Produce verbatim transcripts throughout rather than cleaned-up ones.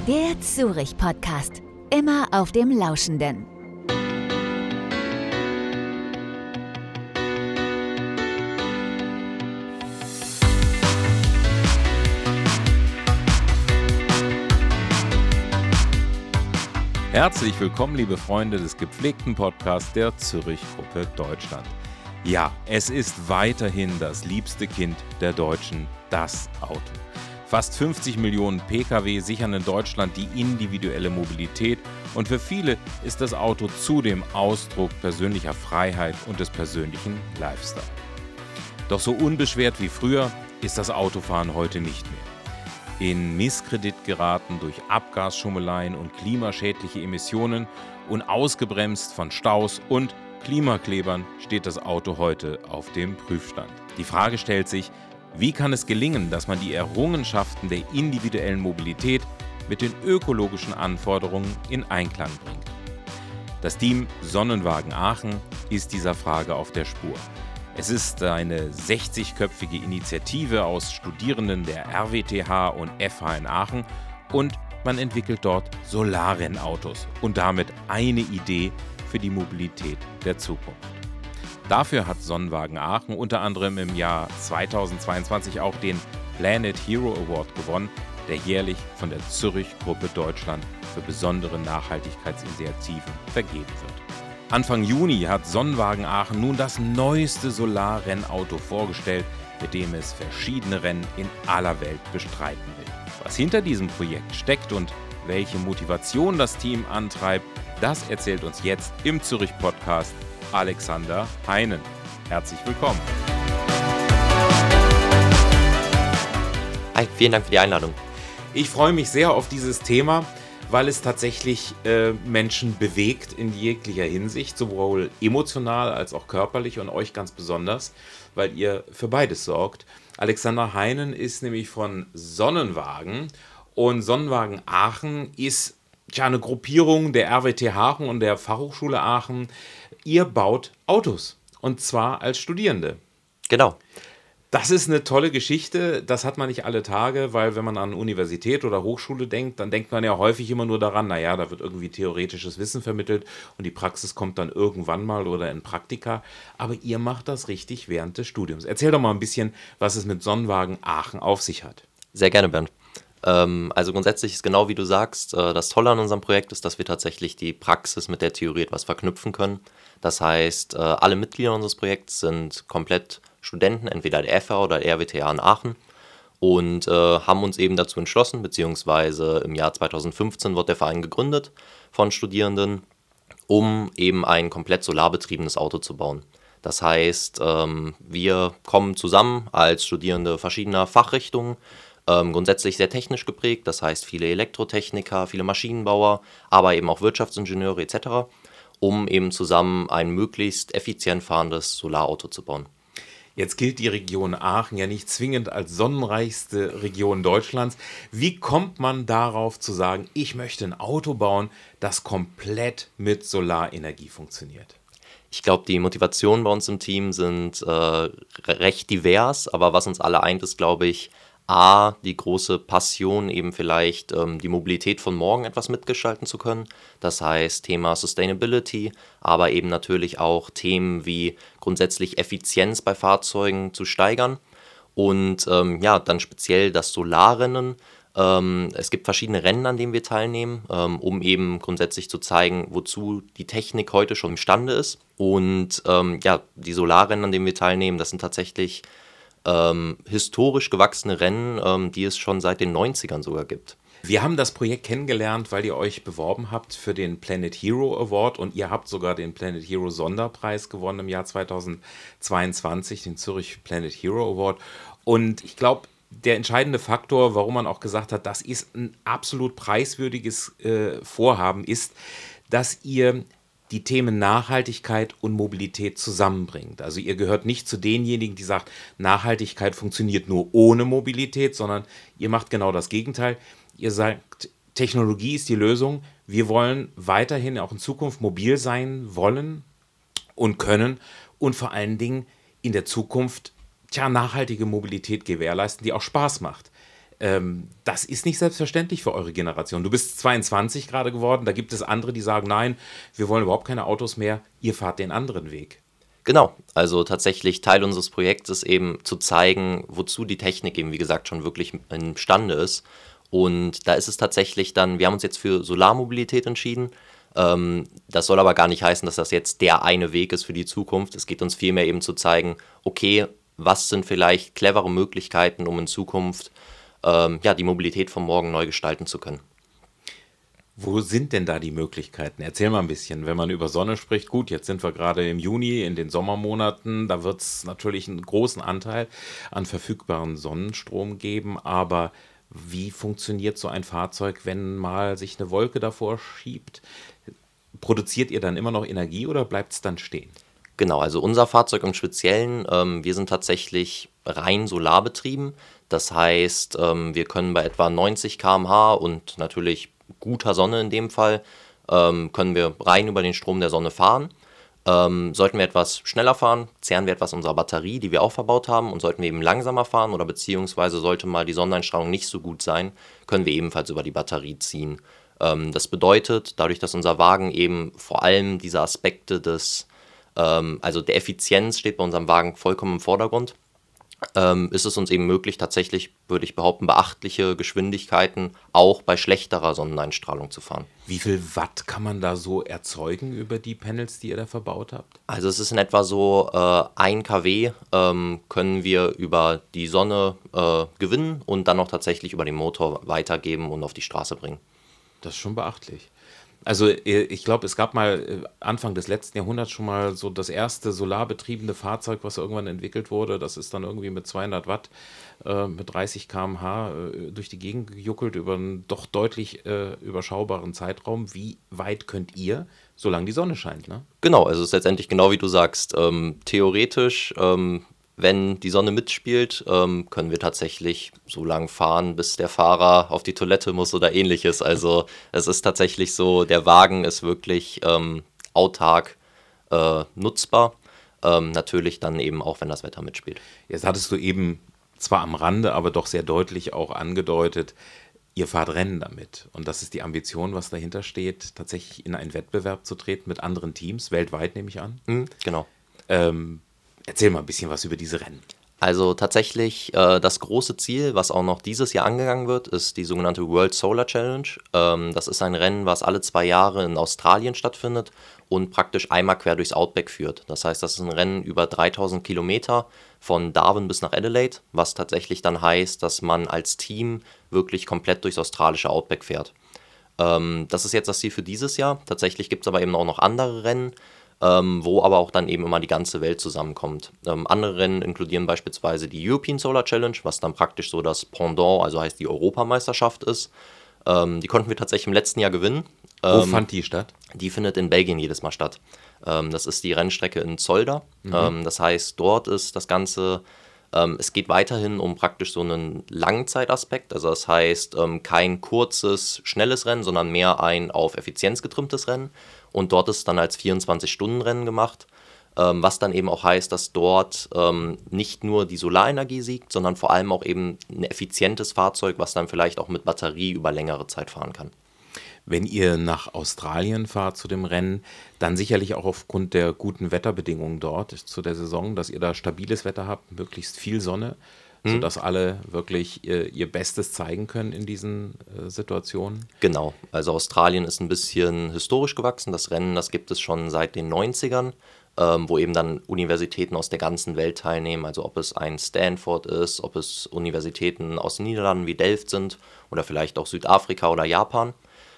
Der Zurich-Podcast. Immer auf dem Lauschenden. Herzlich willkommen, liebe Freunde des gepflegten Podcasts der Zürich-Gruppe Deutschland. Ja, es ist weiterhin das liebste Kind der Deutschen, das Auto. Fast fünfzig Millionen Pkw sichern in Deutschland die individuelle Mobilität und für viele ist das Auto zudem Ausdruck persönlicher Freiheit und des persönlichen Lifestyle. Doch so unbeschwert wie früher ist das Autofahren heute nicht mehr. In Misskredit geraten durch Abgasschummeleien und klimaschädliche Emissionen und ausgebremst von Staus und Klimaklebern steht das Auto heute auf dem Prüfstand. Die Frage stellt sich, wie kann es gelingen, dass man die Errungenschaften der individuellen Mobilität mit den ökologischen Anforderungen in Einklang bringt? Das Team Sonnenwagen Aachen ist dieser Frage auf der Spur. Es ist eine sechzigköpfige Initiative aus Studierenden der R W T H und F H in Aachen und man entwickelt dort Solarrennautos und damit eine Idee für die Mobilität der Zukunft. Dafür hat Sonnenwagen Aachen unter anderem im Jahr zweitausendzweiundzwanzig auch den Planet Hero Award gewonnen, der jährlich von der Zürich-Gruppe Deutschland für besondere Nachhaltigkeitsinitiativen vergeben wird. Anfang Juni hat Sonnenwagen Aachen nun das neueste Solarrennauto vorgestellt, mit dem es verschiedene Rennen in aller Welt bestreiten will. Was hinter diesem Projekt steckt und welche Motivation das Team antreibt, das erzählt uns jetzt im Zürich-Podcast Alexander Heinen. Herzlich willkommen. Hi, vielen Dank für die Einladung. Ich freue mich sehr auf dieses Thema, weil es tatsächlich äh, Menschen bewegt in jeglicher Hinsicht, sowohl emotional als auch körperlich und euch ganz besonders, weil ihr für beides sorgt. Alexander Heinen ist nämlich von Sonnenwagen und Sonnenwagen Aachen ist ja eine Gruppierung der R W T H Aachen und der Fachhochschule Aachen. Ihr baut Autos und zwar als Studierende. Genau. Das ist eine tolle Geschichte, das hat man nicht alle Tage, weil wenn man an Universität oder Hochschule denkt, dann denkt man ja häufig immer nur daran, naja, da wird irgendwie theoretisches Wissen vermittelt und die Praxis kommt dann irgendwann mal oder in Praktika. Aber ihr macht das richtig während des Studiums. Erzähl doch mal ein bisschen, was es mit Sonnenwagen Aachen auf sich hat. Sehr gerne, Bernd. Ähm, also grundsätzlich ist genau wie du sagst, äh, das Tolle an unserem Projekt ist, dass wir tatsächlich die Praxis mit der Theorie etwas verknüpfen können. Das heißt, äh, alle Mitglieder unseres Projekts sind komplett Studenten, entweder der F H oder der R W T H in Aachen und äh, haben uns eben dazu entschlossen, beziehungsweise im Jahr zweitausendfünfzehn wird der Verein gegründet von Studierenden, um eben ein komplett solarbetriebenes Auto zu bauen. Das heißt, ähm, wir kommen zusammen als Studierende verschiedener Fachrichtungen, ähm, grundsätzlich sehr technisch geprägt, das heißt viele Elektrotechniker, viele Maschinenbauer, aber eben auch Wirtschaftsingenieure et cetera, um eben zusammen ein möglichst effizient fahrendes Solarauto zu bauen. Jetzt gilt die Region Aachen ja nicht zwingend als sonnenreichste Region Deutschlands. Wie kommt man darauf zu sagen, ich möchte ein Auto bauen, das komplett mit Solarenergie funktioniert? Ich glaube, die Motivationen bei uns im Team sind äh, recht divers, aber was uns alle eint, ist, glaube ich, A, die große Passion, eben vielleicht ähm, die Mobilität von morgen etwas mitgestalten zu können. Das heißt Thema Sustainability, aber eben natürlich auch Themen wie grundsätzlich Effizienz bei Fahrzeugen zu steigern. Und ähm, ja, dann speziell das Solarrennen. Ähm, es gibt verschiedene Rennen, an denen wir teilnehmen, ähm, um eben grundsätzlich zu zeigen, wozu die Technik heute schon imstande ist. Und ähm, ja, die Solarrennen, an denen wir teilnehmen, das sind tatsächlich Ähm, historisch gewachsene Rennen, ähm, die es schon seit den neunzigern sogar gibt. Wir haben das Projekt kennengelernt, weil ihr euch beworben habt für den Planet Hero Award und ihr habt sogar den Planet Hero Sonderpreis gewonnen im Jahr zweitausendzweiundzwanzig, den Zürich Planet Hero Award. Und ich glaube, der entscheidende Faktor, warum man auch gesagt hat, das ist ein absolut preiswürdiges äh, Vorhaben, ist, dass ihr die Themen Nachhaltigkeit und Mobilität zusammenbringt. Also ihr gehört nicht zu denjenigen, die sagt, Nachhaltigkeit funktioniert nur ohne Mobilität, sondern ihr macht genau das Gegenteil. Ihr sagt, Technologie ist die Lösung. Wir wollen weiterhin auch in Zukunft mobil sein wollen und können und vor allen Dingen in der Zukunft tja, nachhaltige Mobilität gewährleisten, die auch Spaß macht. Ähm, das ist nicht selbstverständlich für eure Generation. Du bist zweiundzwanzig gerade geworden, da gibt es andere, die sagen, nein, wir wollen überhaupt keine Autos mehr, ihr fahrt den anderen Weg. Genau, also tatsächlich Teil unseres Projekts ist eben zu zeigen, wozu die Technik eben, wie gesagt, schon wirklich imstande ist. Und da ist es tatsächlich dann, wir haben uns jetzt für Solarmobilität entschieden. Ähm, das soll aber gar nicht heißen, dass das jetzt der eine Weg ist für die Zukunft. Es geht uns vielmehr eben zu zeigen, okay, was sind vielleicht clevere Möglichkeiten, um in Zukunft ähm, ja, die Mobilität von morgen neu gestalten zu können. Wo sind denn da die Möglichkeiten? Erzähl mal ein bisschen. Wenn man über Sonne spricht, gut, jetzt sind wir gerade im Juni, in den Sommermonaten, da wird es natürlich einen großen Anteil an verfügbaren Sonnenstrom geben, aber wie funktioniert so ein Fahrzeug, wenn mal sich eine Wolke davor schiebt? Produziert ihr dann immer noch Energie oder bleibt es dann stehen? Genau, also unser Fahrzeug im Speziellen, ähm, wir sind tatsächlich rein solarbetrieben. Das heißt, ähm, wir können bei etwa neunzig Kilometer pro Stunde und natürlich guter Sonne in dem Fall, ähm, können wir rein über den Strom der Sonne fahren. Ähm, sollten wir etwas schneller fahren, zehren wir etwas unserer Batterie, die wir auch verbaut haben, und sollten wir eben langsamer fahren oder beziehungsweise sollte mal die Sonneneinstrahlung nicht so gut sein, können wir ebenfalls über die Batterie ziehen. Ähm, das bedeutet, dadurch, dass unser Wagen eben vor allem diese Aspekte des, ähm, also der Effizienz steht bei unserem Wagen vollkommen im Vordergrund, ähm, ist es uns eben möglich, tatsächlich, würde ich behaupten, beachtliche Geschwindigkeiten auch bei schlechterer Sonneneinstrahlung zu fahren. Wie viel Watt kann man da so erzeugen über die Panels, die ihr da verbaut habt? Also es ist in etwa so, äh, ein Kilowatt ähm, können wir über die Sonne äh, gewinnen und dann noch tatsächlich über den Motor weitergeben und auf die Straße bringen. Das ist schon beachtlich. Also ich glaube, es gab mal Anfang des letzten Jahrhunderts schon mal so das erste solarbetriebene Fahrzeug, was irgendwann entwickelt wurde. Das ist dann irgendwie mit zweihundert Watt, äh, mit dreißig Kilometer pro Stunde äh, durch die Gegend gejuckelt über einen doch deutlich äh, überschaubaren Zeitraum. Wie weit könnt ihr, solange die Sonne scheint, ne? Genau, also es ist letztendlich genau wie du sagst. Ähm, theoretisch, ähm, wenn die Sonne mitspielt, ähm, können wir tatsächlich so lange fahren, bis der Fahrer auf die Toilette muss oder ähnliches. Also es ist tatsächlich so, der Wagen ist wirklich ähm, autark äh, nutzbar. Ähm, natürlich dann eben auch, wenn das Wetter mitspielt. Jetzt hattest du eben zwar am Rande, aber doch sehr deutlich auch angedeutet, ihr fahrt Rennen damit. Und das ist die Ambition, was dahinter steht, tatsächlich in einen Wettbewerb zu treten mit anderen Teams, weltweit nehme ich an. Mhm, genau. Ähm, Erzähl mal ein bisschen was über diese Rennen. Also tatsächlich äh, das große Ziel, was auch noch dieses Jahr angegangen wird, ist die sogenannte World Solar Challenge. Ähm, das ist ein Rennen, was alle zwei Jahre in Australien stattfindet und praktisch einmal quer durchs Outback führt. Das heißt, das ist ein Rennen über dreitausend Kilometer von Darwin bis nach Adelaide, was tatsächlich dann heißt, dass man als Team wirklich komplett durchs australische Outback fährt. Ähm, das ist jetzt das Ziel für dieses Jahr. Tatsächlich gibt es aber eben auch noch andere Rennen, Ähm, wo aber auch dann eben immer die ganze Welt zusammenkommt. Ähm, andere Rennen inkludieren beispielsweise die European Solar Challenge, was dann praktisch so das Pendant, also heißt die Europameisterschaft ist. Ähm, die konnten wir tatsächlich im letzten Jahr gewinnen. Wo Ähm, fand die statt? Die findet in Belgien jedes Mal statt. Ähm, das ist die Rennstrecke in Zolder. Mhm. Ähm, das heißt, dort ist das Ganze, ähm, es geht weiterhin um praktisch so einen Langzeitaspekt. Also das heißt, ähm, kein kurzes, schnelles Rennen, sondern mehr ein auf Effizienz getrimmtes Rennen. Und dort ist es dann als vierundzwanzig-Stunden-Rennen gemacht, ähm, was dann eben auch heißt, dass dort ähm, nicht nur die Solarenergie siegt, sondern vor allem auch eben ein effizientes Fahrzeug, was dann vielleicht auch mit Batterie über längere Zeit fahren kann. Wenn ihr nach Australien fahrt zu dem Rennen, dann sicherlich auch aufgrund der guten Wetterbedingungen dort zu der Saison, dass ihr da stabiles Wetter habt, möglichst viel Sonne, Mhm. sodass alle wirklich ihr, ihr Bestes zeigen können in diesen äh, Situationen. Genau, also Australien ist ein bisschen historisch gewachsen. Das Rennen, das gibt es schon seit den neunzigern, ähm, wo eben dann Universitäten aus der ganzen Welt teilnehmen. Also ob es ein Stanford ist, ob es Universitäten aus den Niederlanden wie Delft sind oder vielleicht auch Südafrika oder Japan.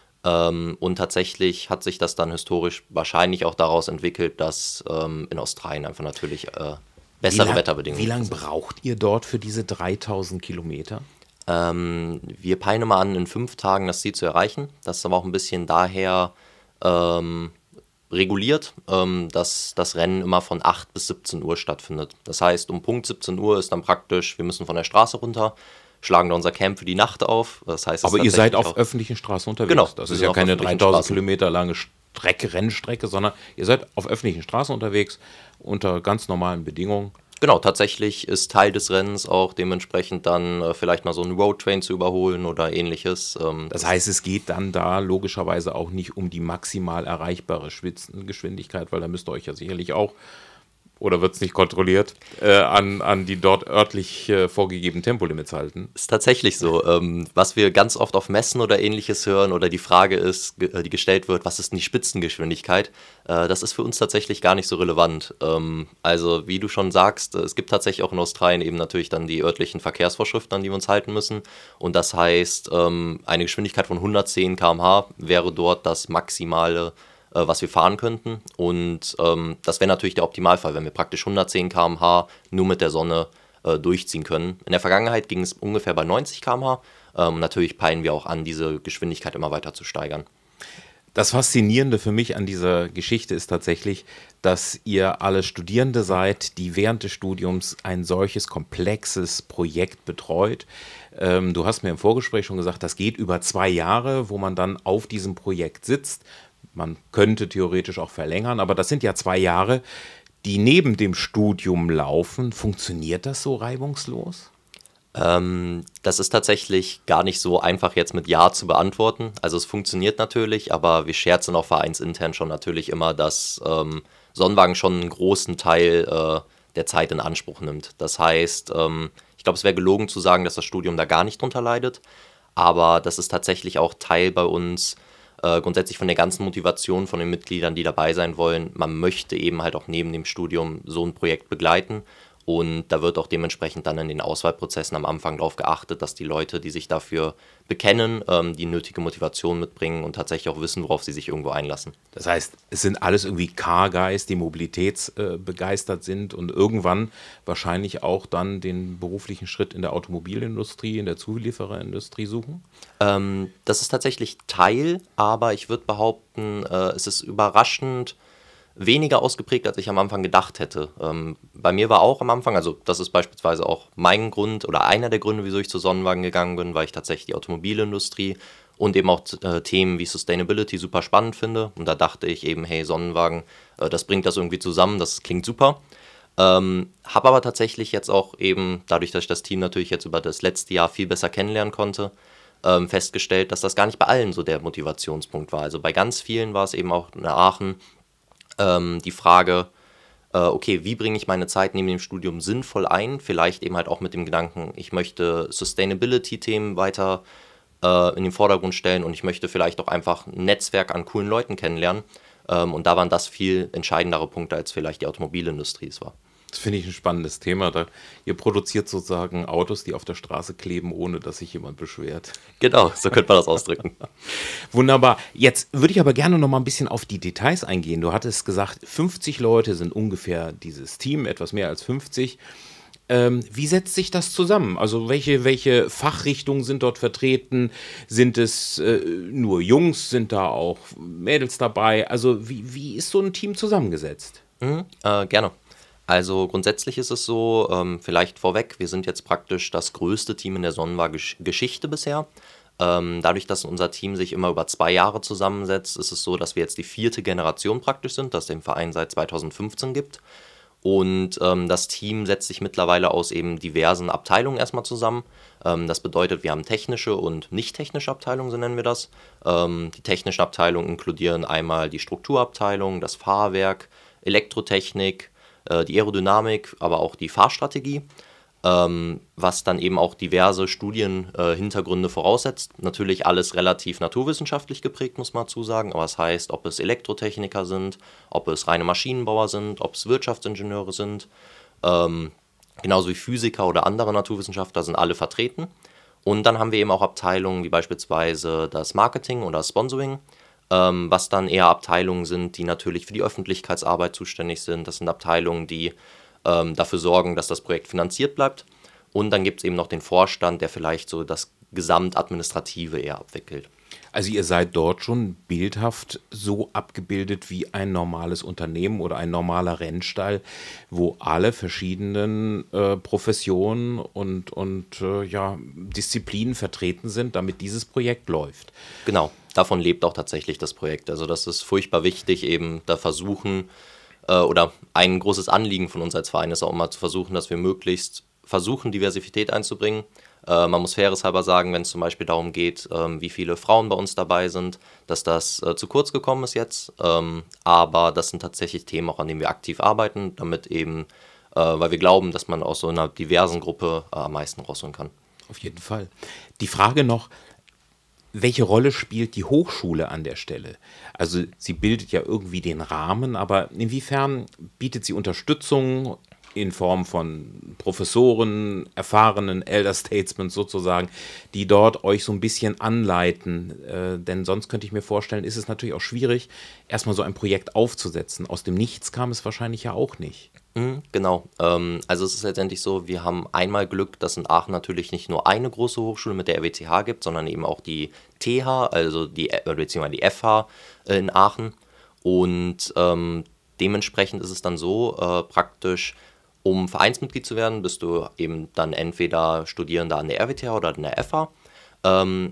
Ähm, und tatsächlich hat sich das dann historisch wahrscheinlich auch daraus entwickelt, dass ähm, in Australien einfach natürlich äh, bessere Wie lang- Wetterbedingungen Wie lange sind. braucht ihr dort für diese dreitausend Kilometer? Ähm, wir peilen immer an, in fünf Tagen das Ziel zu erreichen. Das ist aber auch ein bisschen daher ähm, reguliert, ähm, dass das Rennen immer von acht bis siebzehn Uhr stattfindet. Das heißt, um Punkt siebzehn Uhr ist dann praktisch, wir müssen von der Straße runter, schlagen da unser Camp für die Nacht auf. Das heißt, es Aber ist ihr seid tatsächlich auf auch- öffentlichen Straßen unterwegs. Genau, Das wir ist sind ja auf keine öffentlichen dreitausend Straßen. Kilometer lange Strecke, Rennstrecke, sondern ihr seid auf öffentlichen Straßen unterwegs unter ganz normalen Bedingungen. Genau, tatsächlich ist Teil des Rennens auch dementsprechend dann äh, vielleicht mal so einen Roadtrain zu überholen oder ähnliches. Ähm, Das heißt, es geht dann da logischerweise auch nicht um die maximal erreichbare Spitzengeschwindigkeit, weil da müsst ihr euch ja sicherlich auch, oder wird es nicht kontrolliert, äh, an, an die dort örtlich äh, vorgegebenen Tempolimits halten. Ist tatsächlich so. Ähm, was wir ganz oft auf Messen oder ähnliches hören oder die Frage ist, ge- äh, die gestellt wird, was ist denn die Spitzengeschwindigkeit? Äh, das ist für uns tatsächlich gar nicht so relevant. Ähm, also wie du schon sagst, äh, es gibt tatsächlich auch in Australien eben natürlich dann die örtlichen Verkehrsvorschriften, an die wir uns halten müssen. Und das heißt, ähm, eine Geschwindigkeit von hundertzehn Kilometer pro Stunde wäre dort das maximale, äh, was wir fahren könnten. Und ähm, das wäre natürlich der Optimalfall, wenn wir praktisch hundertzehn Kilometer pro Stunde nur mit der Sonne äh, durchziehen können. In der Vergangenheit ging es ungefähr bei neunzig Kilometer pro Stunde. Ähm, natürlich peilen wir auch an, diese Geschwindigkeit immer weiter zu steigern. Das Faszinierende für mich an dieser Geschichte ist tatsächlich, dass ihr alle Studierende seid, die während des Studiums ein solches komplexes Projekt betreut. Ähm, du hast mir im Vorgespräch schon gesagt, das geht über zwei Jahre, wo man dann auf diesem Projekt sitzt. Man könnte theoretisch auch verlängern, aber das sind ja zwei Jahre, die neben dem Studium laufen. Funktioniert das so reibungslos? Ähm, das ist tatsächlich gar nicht so einfach jetzt mit Ja zu beantworten. Also es funktioniert natürlich, aber wir scherzen auch vereinsintern schon natürlich immer, dass ähm, Sonnenwagen schon einen großen Teil äh, der Zeit in Anspruch nimmt. Das heißt, ähm, ich glaube, es wäre gelogen zu sagen, dass das Studium da gar nicht drunter leidet, aber das ist tatsächlich auch Teil bei uns äh, grundsätzlich von der ganzen Motivation von den Mitgliedern, die dabei sein wollen. Man möchte eben halt auch neben dem Studium so ein Projekt begleiten. Und da wird auch dementsprechend dann in den Auswahlprozessen am Anfang darauf geachtet, dass die Leute, die sich dafür bekennen, ähm, die nötige Motivation mitbringen und tatsächlich auch wissen, worauf sie sich irgendwo einlassen. Das heißt, es sind alles irgendwie Car-Guys, die mobilitätsbegeistert sind und irgendwann wahrscheinlich auch dann den beruflichen Schritt in der Automobilindustrie, in der Zuliefererindustrie suchen? Ähm, das ist tatsächlich Teil, aber ich würde behaupten, äh, es ist überraschend weniger ausgeprägt, als ich am Anfang gedacht hätte. Ähm, bei mir war auch am Anfang, also das ist beispielsweise auch mein Grund oder einer der Gründe, wieso ich zu Sonnenwagen gegangen bin, weil ich tatsächlich die Automobilindustrie und eben auch äh, Themen wie Sustainability super spannend finde. Und da dachte ich eben, hey, Sonnenwagen, äh, das bringt das irgendwie zusammen, das klingt super. Ähm, habe aber tatsächlich jetzt auch eben, dadurch, dass ich das Team natürlich jetzt über das letzte Jahr viel besser kennenlernen konnte, ähm, festgestellt, dass das gar nicht bei allen so der Motivationspunkt war. Also bei ganz vielen war es eben auch in Aachen ähm, die Frage, äh, okay, wie bringe ich meine Zeit neben dem Studium sinnvoll ein? Vielleicht eben halt auch mit dem Gedanken, ich möchte Sustainability-Themen weiter äh, in den Vordergrund stellen und ich möchte vielleicht auch einfach ein Netzwerk an coolen Leuten kennenlernen. Ähm, und da waren das viel entscheidendere Punkte, als vielleicht die Automobilindustrie es war. Das finde ich ein spannendes Thema. Da, ihr produziert sozusagen Autos, die auf der Straße kleben, ohne dass sich jemand beschwert. Genau, so könnte man das ausdrücken. Wunderbar. Jetzt würde ich aber gerne noch mal ein bisschen auf die Details eingehen. Du hattest gesagt, fünfzig Leute sind ungefähr dieses Team, etwas mehr als fünfzig. Ähm, wie setzt sich das zusammen? Also welche, welche Fachrichtungen sind dort vertreten? Sind es äh, nur Jungs? Sind da auch Mädels dabei? Also wie, wie ist so ein Team zusammengesetzt? Mhm, äh, gerne. Also grundsätzlich ist es so, ähm, vielleicht vorweg, wir sind jetzt praktisch das größte Team in der Sonnenwagen-Geschichte bisher. Ähm, dadurch, dass unser Team sich immer über zwei Jahre zusammensetzt, ist es so, dass wir jetzt die vierte Generation praktisch sind, das den Verein seit zweitausendfünfzehn gibt. Und ähm, das Team setzt sich mittlerweile aus eben diversen Abteilungen erstmal zusammen. Ähm, das bedeutet, wir haben technische und nicht technische Abteilungen, so nennen wir das. Ähm, die technischen Abteilungen inkludieren einmal die Strukturabteilung, das Fahrwerk, Elektrotechnik, die Aerodynamik, aber auch die Fahrstrategie, ähm, was dann eben auch diverse Studienhintergründe äh, voraussetzt. Natürlich alles relativ naturwissenschaftlich geprägt, muss man dazu sagen, aber das heißt, ob es Elektrotechniker sind, ob es reine Maschinenbauer sind, ob es Wirtschaftsingenieure sind, ähm, genauso wie Physiker oder andere Naturwissenschaftler sind alle vertreten. Und dann haben wir eben auch Abteilungen wie beispielsweise das Marketing oder das Sponsoring, Ähm, was dann eher Abteilungen sind, die natürlich für die Öffentlichkeitsarbeit zuständig sind. Das sind Abteilungen, die ähm, dafür sorgen, dass das Projekt finanziert bleibt. Und dann gibt es eben noch den Vorstand, der vielleicht so das Gesamtadministrative eher abwickelt. Also ihr seid dort schon bildhaft so abgebildet wie ein normales Unternehmen oder ein normaler Rennstall, wo alle verschiedenen äh, Professionen und, und äh, ja, Disziplinen vertreten sind, damit dieses Projekt läuft. Genau, davon lebt auch tatsächlich das Projekt. Also das ist furchtbar wichtig, eben da versuchen äh, oder ein großes Anliegen von uns als Verein ist auch immer zu versuchen, dass wir möglichst versuchen, Diversität einzubringen. Äh, man muss fairerhalber sagen, wenn es zum Beispiel darum geht, ähm, wie viele Frauen bei uns dabei sind, dass das äh, zu kurz gekommen ist jetzt. Ähm, aber das sind tatsächlich Themen, auch an denen wir aktiv arbeiten, damit eben, äh, weil wir glauben, dass man aus so einer diversen Gruppe äh, am meisten rausholen kann. Auf jeden Fall. Die Frage noch, welche Rolle spielt die Hochschule an der Stelle? Also sie bildet ja irgendwie den Rahmen, aber inwiefern bietet sie Unterstützung in Form von Professoren, erfahrenen Elder Statesmen sozusagen, die dort euch so ein bisschen anleiten? Äh, denn sonst könnte ich mir vorstellen, ist es natürlich auch schwierig, erstmal so ein Projekt aufzusetzen. Aus dem Nichts kam es wahrscheinlich ja auch nicht. Mhm, genau. Ähm, also es ist letztendlich so, wir haben einmal Glück, dass in Aachen natürlich nicht nur eine große Hochschule mit der R W T H gibt, sondern eben auch die T H, also die, äh, beziehungsweise die F H äh, in Aachen. Und ähm, dementsprechend ist es dann so, äh, praktisch, um Vereinsmitglied zu werden, bist du eben dann entweder Studierender an der R W T H oder an der F H. Ähm,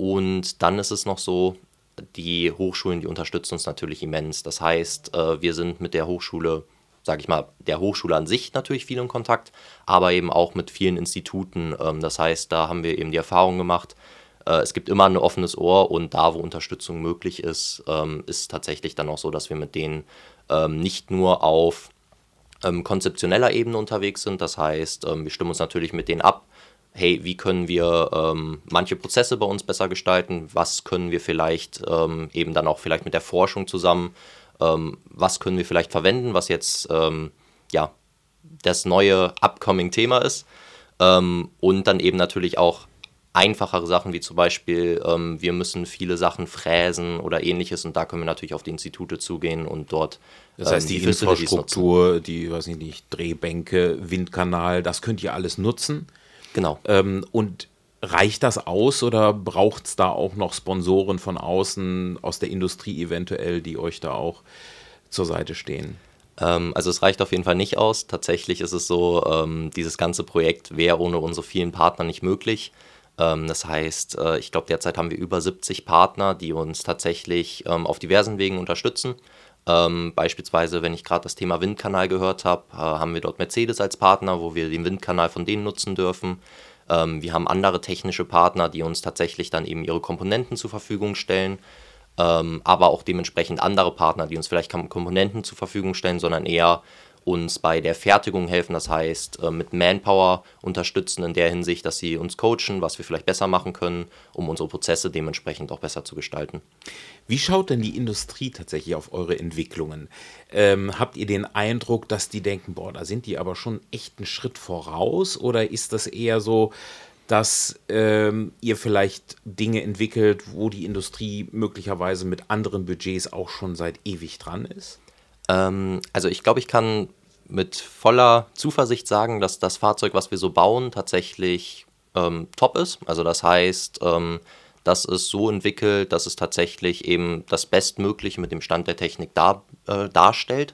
und dann ist es noch so, die Hochschulen, die unterstützen uns natürlich immens. Das heißt, äh, wir sind mit der Hochschule, sage ich mal, der Hochschule an sich natürlich viel in Kontakt, aber eben auch mit vielen Instituten. Ähm, das heißt, da haben wir eben die Erfahrung gemacht, äh, es gibt immer ein offenes Ohr und da, wo Unterstützung möglich ist, ähm, ist tatsächlich dann auch so, dass wir mit denen ähm, nicht nur auf ähm, konzeptioneller Ebene unterwegs sind. Das heißt, ähm, wir stimmen uns natürlich mit denen ab, hey, wie können wir ähm, manche Prozesse bei uns besser gestalten, was können wir vielleicht ähm, eben dann auch vielleicht mit der Forschung zusammen, ähm, was können wir vielleicht verwenden, was jetzt ähm, ja das neue Upcoming-Thema ist, ähm, und dann eben natürlich auch einfachere Sachen, wie zum Beispiel, ähm, wir müssen viele Sachen fräsen oder ähnliches und da können wir natürlich auf die Institute zugehen und dort Das heißt, die, ähm, die Infrastruktur, die, weiß ich nicht, Drehbänke, Windkanal, das könnt ihr alles nutzen. Genau. Ähm, und reicht das aus oder braucht es da auch noch Sponsoren von außen, aus der Industrie eventuell, die euch da auch zur Seite stehen? Ähm, also es reicht auf jeden Fall nicht aus. Tatsächlich ist es so, ähm, dieses ganze Projekt wäre ohne unsere vielen Partner nicht möglich. Ähm, das heißt, äh, ich glaube, derzeit haben wir über siebzig Partner, die uns tatsächlich ähm, auf diversen Wegen unterstützen. Ähm, beispielsweise, wenn ich gerade das Thema Windkanal gehört habe, äh, haben wir dort Mercedes als Partner, wo wir den Windkanal von denen nutzen dürfen. Ähm, wir haben andere technische Partner, die uns tatsächlich dann eben ihre Komponenten zur Verfügung stellen, ähm, aber auch dementsprechend andere Partner, die uns vielleicht keine Komponenten zur Verfügung stellen, sondern eher uns bei der Fertigung helfen, das heißt äh, mit Manpower unterstützen in der Hinsicht, dass sie uns coachen, was wir vielleicht besser machen können, um unsere Prozesse dementsprechend auch besser zu gestalten. Wie schaut denn die Industrie tatsächlich auf eure Entwicklungen? Ähm, habt ihr den Eindruck, dass die denken, boah, da sind die aber schon echt einen Schritt voraus? Oder ist das eher so, dass ähm, ihr vielleicht Dinge entwickelt, wo die Industrie möglicherweise mit anderen Budgets auch schon seit ewig dran ist? Ähm, also ich glaube, ich kann mit voller Zuversicht sagen, dass das Fahrzeug, was wir so bauen, tatsächlich ähm, top ist. Also das heißt, ähm, das ist so entwickelt, dass es tatsächlich eben das Bestmögliche mit dem Stand der Technik dar, äh, darstellt.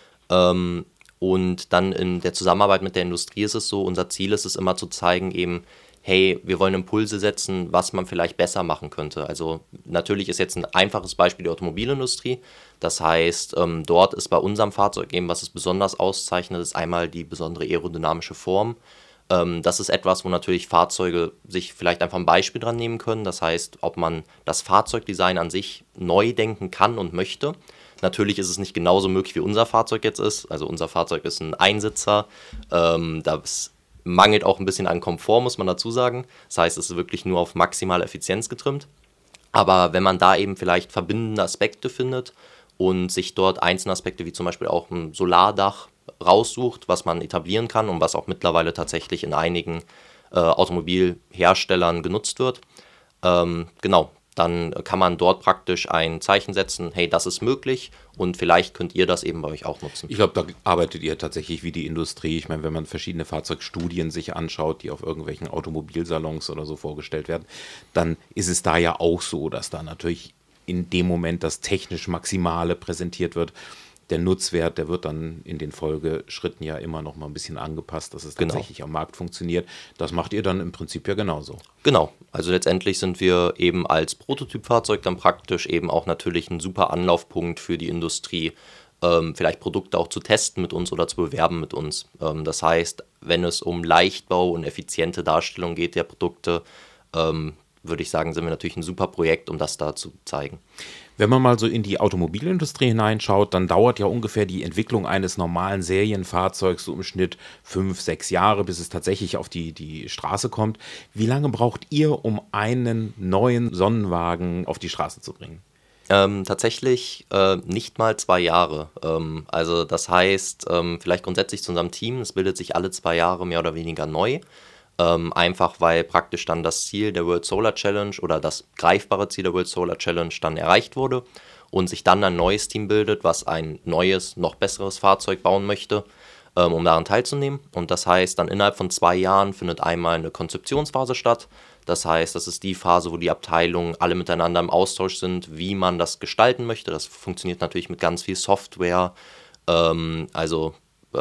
Ähm, und dann in der Zusammenarbeit mit der Industrie ist es so, unser Ziel ist es immer zu zeigen eben, hey, wir wollen Impulse setzen, was man vielleicht besser machen könnte. Also natürlich ist jetzt ein einfaches Beispiel die Automobilindustrie. Das heißt, ähm, dort ist bei unserem Fahrzeug eben, was es besonders auszeichnet, ist einmal die besondere aerodynamische Form. Ähm, das ist etwas, wo natürlich Fahrzeuge sich vielleicht einfach ein Beispiel dran nehmen können. Das heißt, ob man das Fahrzeugdesign an sich neu denken kann und möchte. Natürlich ist es nicht genauso möglich, wie unser Fahrzeug jetzt ist. Also unser Fahrzeug ist ein Einsitzer. Ähm, das mangelt auch ein bisschen an Komfort, muss man dazu sagen. Das heißt, es ist wirklich nur auf maximale Effizienz getrimmt. Aber wenn man da eben vielleicht verbindende Aspekte findet und sich dort einzelne Aspekte wie zum Beispiel auch ein Solardach raussucht, was man etablieren kann und was auch mittlerweile tatsächlich in einigen äh, Automobilherstellern genutzt wird, ähm, genau, dann kann man dort praktisch ein Zeichen setzen, hey, das ist möglich und vielleicht könnt ihr das eben bei euch auch nutzen. Ich glaube, da arbeitet ihr tatsächlich wie die Industrie. Ich meine, wenn man verschiedene Fahrzeugstudien sich anschaut, die auf irgendwelchen Automobilsalons oder so vorgestellt werden, dann ist es da ja auch so, dass da natürlich in dem Moment das technisch Maximale präsentiert wird. Der Nutzwert, der wird dann in den Folgeschritten ja immer noch mal ein bisschen angepasst, dass es Genau. tatsächlich am Markt funktioniert. Das macht ihr dann im Prinzip ja genauso. Genau, also letztendlich sind wir eben als Prototypfahrzeug dann praktisch eben auch natürlich ein super Anlaufpunkt für die Industrie, ähm, vielleicht Produkte auch zu testen mit uns oder zu bewerben mit uns. Ähm, das heißt, wenn es um Leichtbau und effiziente Darstellung geht der Produkte, ähm, würde ich sagen, sind wir natürlich ein super Projekt, um das da zu zeigen. Wenn man mal so in die Automobilindustrie hineinschaut, dann dauert ja ungefähr die Entwicklung eines normalen Serienfahrzeugs so im Schnitt fünf, sechs Jahre, bis es tatsächlich auf die, die Straße kommt. Wie lange braucht ihr, um einen neuen Sonnenwagen auf die Straße zu bringen? Ähm, tatsächlich äh, nicht mal zwei Jahre. Ähm, also das heißt, ähm, vielleicht grundsätzlich zu unserem Team, es bildet sich alle zwei Jahre mehr oder weniger neu. Ähm, einfach weil praktisch dann das Ziel der World Solar Challenge oder das greifbare Ziel der World Solar Challenge dann erreicht wurde und sich dann ein neues Team bildet, was ein neues, noch besseres Fahrzeug bauen möchte, ähm, um daran teilzunehmen. Und das heißt, dann innerhalb von zwei Jahren findet einmal eine Konzeptionsphase statt. Das heißt, das ist die Phase, wo die Abteilungen alle miteinander im Austausch sind, wie man das gestalten möchte. Das funktioniert natürlich mit ganz viel Software, ähm, also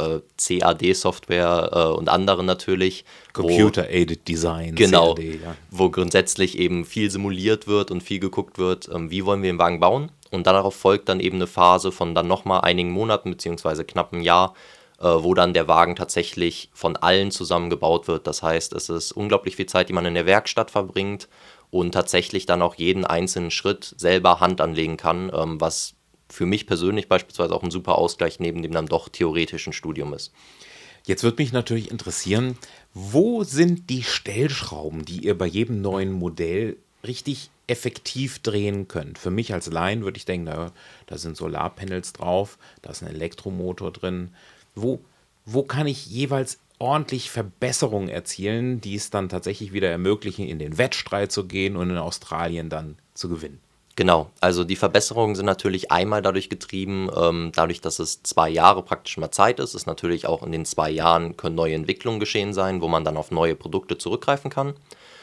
C A D-Software äh, und andere natürlich. Computer-Aided Design, genau, C A D, ja. Wo grundsätzlich eben viel simuliert wird und viel geguckt wird, ähm, wie wollen wir den Wagen bauen. Und darauf folgt dann eben eine Phase von dann nochmal einigen Monaten beziehungsweise knapp einem Jahr, äh, wo dann der Wagen tatsächlich von allen zusammen gebaut wird. Das heißt, es ist unglaublich viel Zeit, die man in der Werkstatt verbringt und tatsächlich dann auch jeden einzelnen Schritt selber Hand anlegen kann, ähm, was für mich persönlich beispielsweise auch ein super Ausgleich neben dem dann doch theoretischen Studium ist. Jetzt würde mich natürlich interessieren, wo sind die Stellschrauben, die ihr bei jedem neuen Modell richtig effektiv drehen könnt? Für mich als Laien würde ich denken, na, da sind Solarpanels drauf, da ist ein Elektromotor drin. Wo, wo kann ich jeweils ordentlich Verbesserungen erzielen, die es dann tatsächlich wieder ermöglichen, in den Wettstreit zu gehen und in Australien dann zu gewinnen? Genau, also die Verbesserungen sind natürlich einmal dadurch getrieben, ähm, dadurch, dass es zwei Jahre praktisch mal Zeit ist, ist natürlich auch in den zwei Jahren können neue Entwicklungen geschehen sein, wo man dann auf neue Produkte zurückgreifen kann.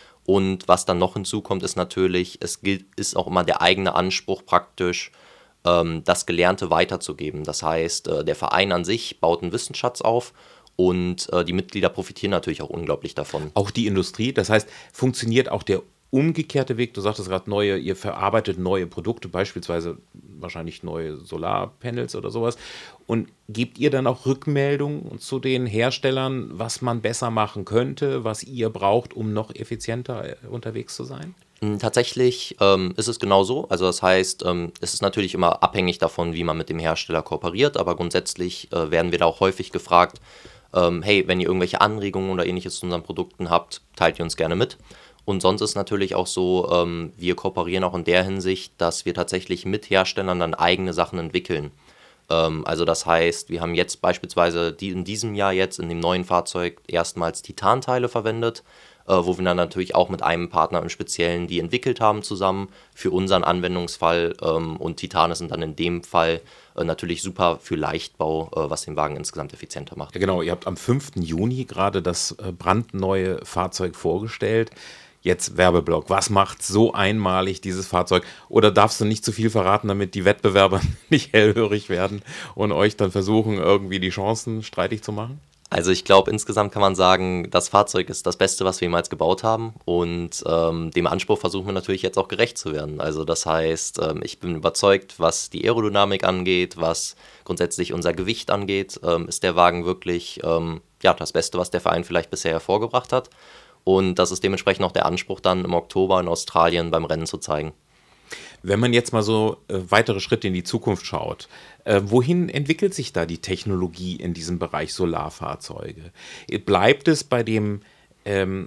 Und was dann noch hinzukommt, ist natürlich, es gilt, ist auch immer der eigene Anspruch praktisch, ähm, das Gelernte weiterzugeben. Das heißt, äh, der Verein an sich baut einen Wissensschatz auf und äh, die Mitglieder profitieren natürlich auch unglaublich davon. Auch die Industrie, das heißt, funktioniert auch der umgekehrte Weg, du sagtest gerade neue, ihr verarbeitet neue Produkte, beispielsweise wahrscheinlich neue Solarpanels oder sowas und gebt ihr dann auch Rückmeldungen zu den Herstellern, was man besser machen könnte, was ihr braucht, um noch effizienter unterwegs zu sein? Tatsächlich ähm, ist es genau so, also das heißt, ähm, es ist natürlich immer abhängig davon, wie man mit dem Hersteller kooperiert, aber grundsätzlich äh, werden wir da auch häufig gefragt, ähm, hey, wenn ihr irgendwelche Anregungen oder ähnliches zu unseren Produkten habt, teilt ihr uns gerne mit. Und sonst ist natürlich auch so, ähm, wir kooperieren auch in der Hinsicht, dass wir tatsächlich mit Herstellern dann eigene Sachen entwickeln. Ähm, also das heißt, wir haben jetzt beispielsweise die, in diesem Jahr jetzt in dem neuen Fahrzeug erstmals Titanteile verwendet, äh, wo wir dann natürlich auch mit einem Partner im Speziellen die entwickelt haben zusammen für unseren Anwendungsfall. Ähm, und Titane sind dann in dem Fall äh, natürlich super für Leichtbau, äh, was den Wagen insgesamt effizienter macht. Ja, genau, ihr habt am fünften Juni gerade das äh, brandneue Fahrzeug vorgestellt. Jetzt Werbeblock. Was macht so einmalig dieses Fahrzeug? Oder darfst du nicht zu viel verraten, damit die Wettbewerber nicht hellhörig werden und euch dann versuchen, irgendwie die Chancen streitig zu machen? Also ich glaube, insgesamt kann man sagen, das Fahrzeug ist das Beste, was wir jemals gebaut haben und ähm, dem Anspruch versuchen wir natürlich jetzt auch gerecht zu werden. Also das heißt, ähm, ich bin überzeugt, was die Aerodynamik angeht, was grundsätzlich unser Gewicht angeht, ähm, ist der Wagen wirklich ähm, ja, das Beste, was der Verein vielleicht bisher hervorgebracht hat. Und das ist dementsprechend auch der Anspruch, dann im Oktober in Australien beim Rennen zu zeigen. Wenn man jetzt mal so äh, weitere Schritte in die Zukunft schaut, äh, wohin entwickelt sich da die Technologie in diesem Bereich Solarfahrzeuge? Bleibt es bei dem ähm,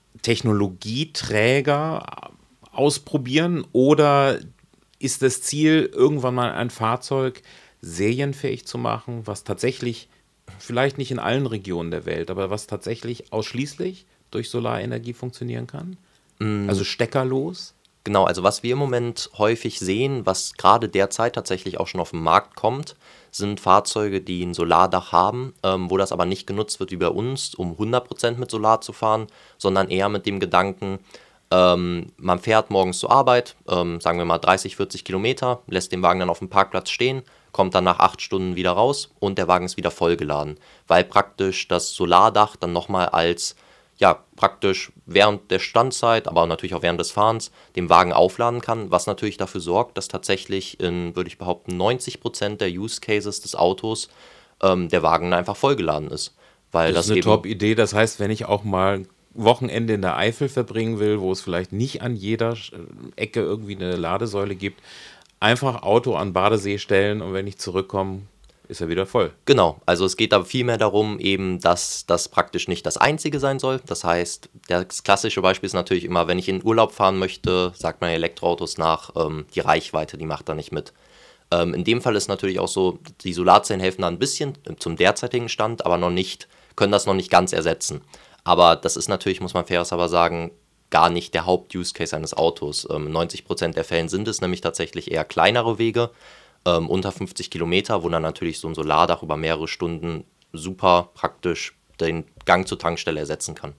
Technologieträger ausprobieren oder ist das Ziel, irgendwann mal ein Fahrzeug serienfähig zu machen, was tatsächlich, vielleicht nicht in allen Regionen der Welt, aber was tatsächlich ausschließlich durch Solarenergie funktionieren kann? Mm. Also steckerlos? Genau, also was wir im Moment häufig sehen, was gerade derzeit tatsächlich auch schon auf den Markt kommt, sind Fahrzeuge, die ein Solardach haben, ähm, wo das aber nicht genutzt wird wie bei uns, um hundert Prozent mit Solar zu fahren, sondern eher mit dem Gedanken, ähm, man fährt morgens zur Arbeit, ähm, sagen wir mal dreißig, vierzig Kilometer, lässt den Wagen dann auf dem Parkplatz stehen, kommt dann nach acht Stunden wieder raus und der Wagen ist wieder vollgeladen, weil praktisch das Solardach dann nochmal als ja, praktisch während der Standzeit, aber natürlich auch während des Fahrens den Wagen aufladen kann, was natürlich dafür sorgt, dass tatsächlich in, würde ich behaupten, neunzig Prozent der Use Cases des Autos ähm, der Wagen einfach vollgeladen ist. Weil das ist das eine eben, Top-Idee. Das heißt, wenn ich auch mal Wochenende in der Eifel verbringen will, wo es vielleicht nicht an jeder Ecke irgendwie eine Ladesäule gibt, einfach Auto an Badesee stellen und wenn ich zurückkomme, ist er wieder voll. Genau, also es geht aber vielmehr darum, eben, dass das praktisch nicht das Einzige sein soll. Das heißt, das klassische Beispiel ist natürlich immer, wenn ich in Urlaub fahren möchte, sagt man Elektroautos nach, ähm, die Reichweite, die macht da nicht mit. Ähm, in dem Fall ist natürlich auch so, die Solarzellen helfen da ein bisschen zum derzeitigen Stand, aber noch nicht, können das noch nicht ganz ersetzen. Aber das ist natürlich, muss man fairerweise sagen, gar nicht der Haupt-Use-Case eines Autos. Ähm, neunzig Prozent der Fällen sind es nämlich tatsächlich eher kleinere Wege, ähm, unter fünfzig Kilometer, wo dann natürlich so ein Solardach über mehrere Stunden super praktisch den Gang zur Tankstelle ersetzen kann.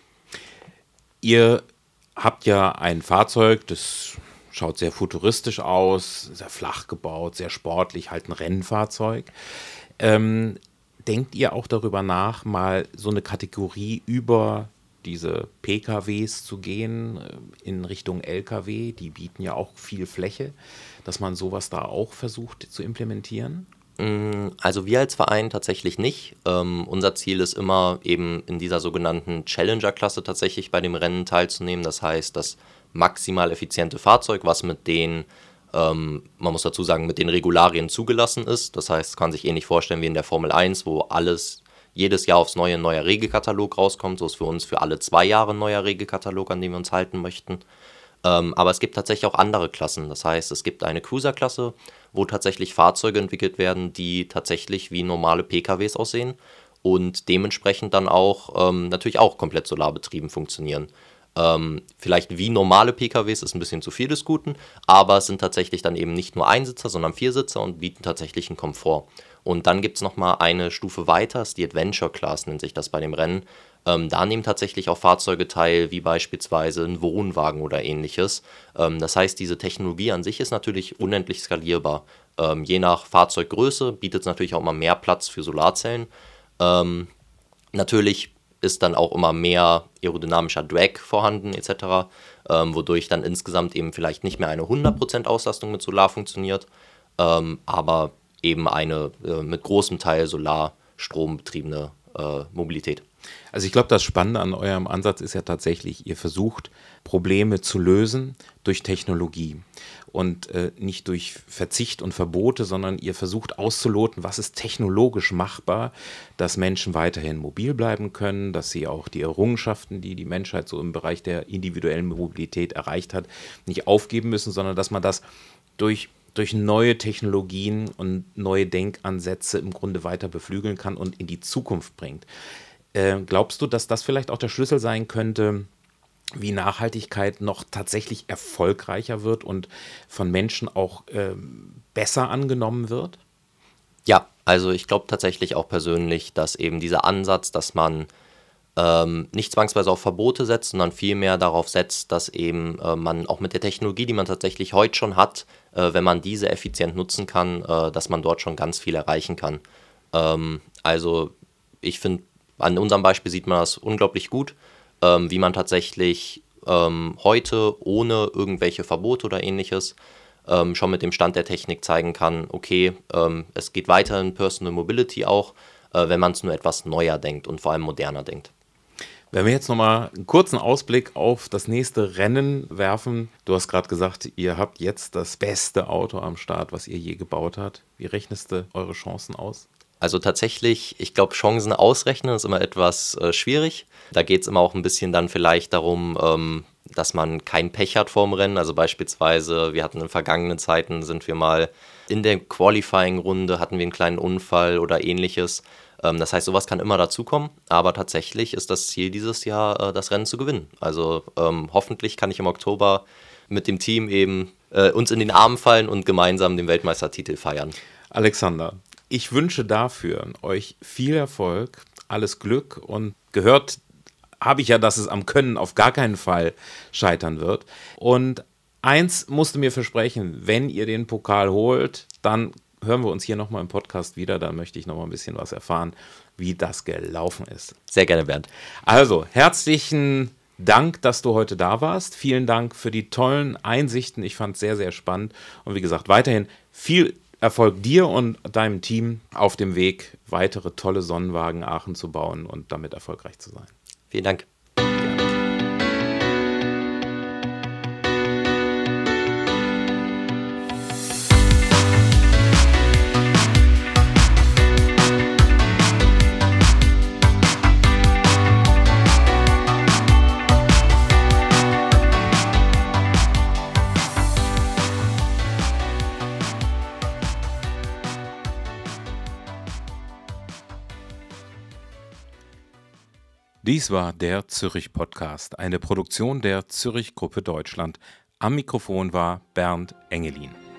Ihr habt ja ein Fahrzeug, das schaut sehr futuristisch aus, sehr flach gebaut, sehr sportlich, halt ein Rennfahrzeug. Ähm, denkt ihr auch darüber nach, mal so eine Kategorie über diese P K Ws zu gehen, in Richtung L K W, die bieten ja auch viel Fläche, dass man sowas da auch versucht zu implementieren? Also wir als Verein tatsächlich nicht. Ähm, unser Ziel ist immer eben in dieser sogenannten Challenger-Klasse tatsächlich bei dem Rennen teilzunehmen. Das heißt, das maximal effiziente Fahrzeug, was mit den, ähm, man muss dazu sagen, mit den Regularien zugelassen ist. Das heißt, kann sich ähnlich vorstellen wie in der Formel eins, wo alles jedes Jahr aufs neue ein neuer Regelkatalog rauskommt. So ist für uns für alle zwei Jahre ein neuer Regelkatalog, an dem wir uns halten möchten. Ähm, aber es gibt tatsächlich auch andere Klassen. Das heißt, es gibt eine Cruiser-Klasse, wo tatsächlich Fahrzeuge entwickelt werden, die tatsächlich wie normale P K Ws aussehen und dementsprechend dann auch ähm, natürlich auch komplett solarbetrieben funktionieren. Ähm, vielleicht wie normale P K Ws ist ein bisschen zu viel des Guten, aber es sind tatsächlich dann eben nicht nur Einsitzer, sondern Viersitzer und bieten tatsächlich einen Komfort. Und dann gibt es nochmal eine Stufe weiter, ist die Adventure Class, nennt sich das bei dem Rennen. Ähm, da nehmen tatsächlich auch Fahrzeuge teil, wie beispielsweise ein Wohnwagen oder ähnliches. Ähm, das heißt, diese Technologie an sich ist natürlich unendlich skalierbar. Ähm, je nach Fahrzeuggröße bietet es natürlich auch immer mehr Platz für Solarzellen. Ähm, natürlich ist dann auch immer mehr aerodynamischer Drag vorhanden et cetera, ähm, wodurch dann insgesamt eben vielleicht nicht mehr eine hundert Prozent Auslastung mit Solar funktioniert, ähm, aber eben eine äh, mit großem Teil Solarstrom betriebene äh, Mobilität. Also ich glaube, das Spannende an eurem Ansatz ist ja tatsächlich, ihr versucht, Probleme zu lösen durch Technologie und äh, nicht durch Verzicht und Verbote, sondern ihr versucht auszuloten, was ist technologisch machbar, dass Menschen weiterhin mobil bleiben können, dass sie auch die Errungenschaften, die die Menschheit so im Bereich der individuellen Mobilität erreicht hat, nicht aufgeben müssen, sondern dass man das durch durch neue Technologien und neue Denkansätze im Grunde weiter beflügeln kann und in die Zukunft bringt. Äh, glaubst du, dass das vielleicht auch der Schlüssel sein könnte, wie Nachhaltigkeit noch tatsächlich erfolgreicher wird und von Menschen auch äh, besser angenommen wird? Ja, also ich glaube tatsächlich auch persönlich, dass eben dieser Ansatz, dass man ähm, nicht zwangsweise auf Verbote setzt, sondern vielmehr darauf setzt, dass eben äh, man auch mit der Technologie, die man tatsächlich heute schon hat, äh, wenn man diese effizient nutzen kann, äh, dass man dort schon ganz viel erreichen kann. Ähm, also ich finde, an unserem Beispiel sieht man das unglaublich gut, ähm, wie man tatsächlich ähm, heute ohne irgendwelche Verbote oder ähnliches ähm, schon mit dem Stand der Technik zeigen kann, okay, ähm, es geht weiter in Personal Mobility auch, äh, wenn man es nur etwas neuer denkt und vor allem moderner denkt. Wenn wir jetzt nochmal einen kurzen Ausblick auf das nächste Rennen werfen. Du hast gerade gesagt, ihr habt jetzt das beste Auto am Start, was ihr je gebaut habt. Wie rechnest du eure Chancen aus? Also tatsächlich, ich glaube, Chancen ausrechnen ist immer etwas äh, schwierig. Da geht es immer auch ein bisschen dann vielleicht darum, ähm, dass man kein Pech hat vorm Rennen. Also beispielsweise, wir hatten in vergangenen Zeiten, sind wir mal in der Qualifying-Runde, hatten wir einen kleinen Unfall oder ähnliches. Ähm, das heißt, sowas kann immer dazukommen. Aber tatsächlich ist das Ziel dieses Jahr, äh, das Rennen zu gewinnen. Also ähm, hoffentlich kann ich im Oktober mit dem Team eben äh, uns in den Arm fallen und gemeinsam den Weltmeistertitel feiern. Alexander, ich wünsche dafür euch viel Erfolg, alles Glück und gehört habe ich ja, dass es am Können auf gar keinen Fall scheitern wird. Und eins musst du mir versprechen, wenn ihr den Pokal holt, dann hören wir uns hier nochmal im Podcast wieder. Da möchte ich nochmal ein bisschen was erfahren, wie das gelaufen ist. Sehr gerne, Bernd. Also, herzlichen Dank, dass du heute da warst. Vielen Dank für die tollen Einsichten. Ich fand es sehr, sehr spannend. Und wie gesagt, weiterhin viel Erfolg dir und deinem Team auf dem Weg, weitere tolle Sonnenwagen Aachen zu bauen und damit erfolgreich zu sein. Vielen Dank. Dies war der Zürich Podcast, eine Produktion der Zürich Gruppe Deutschland. Am Mikrofon war Bernd Engelin.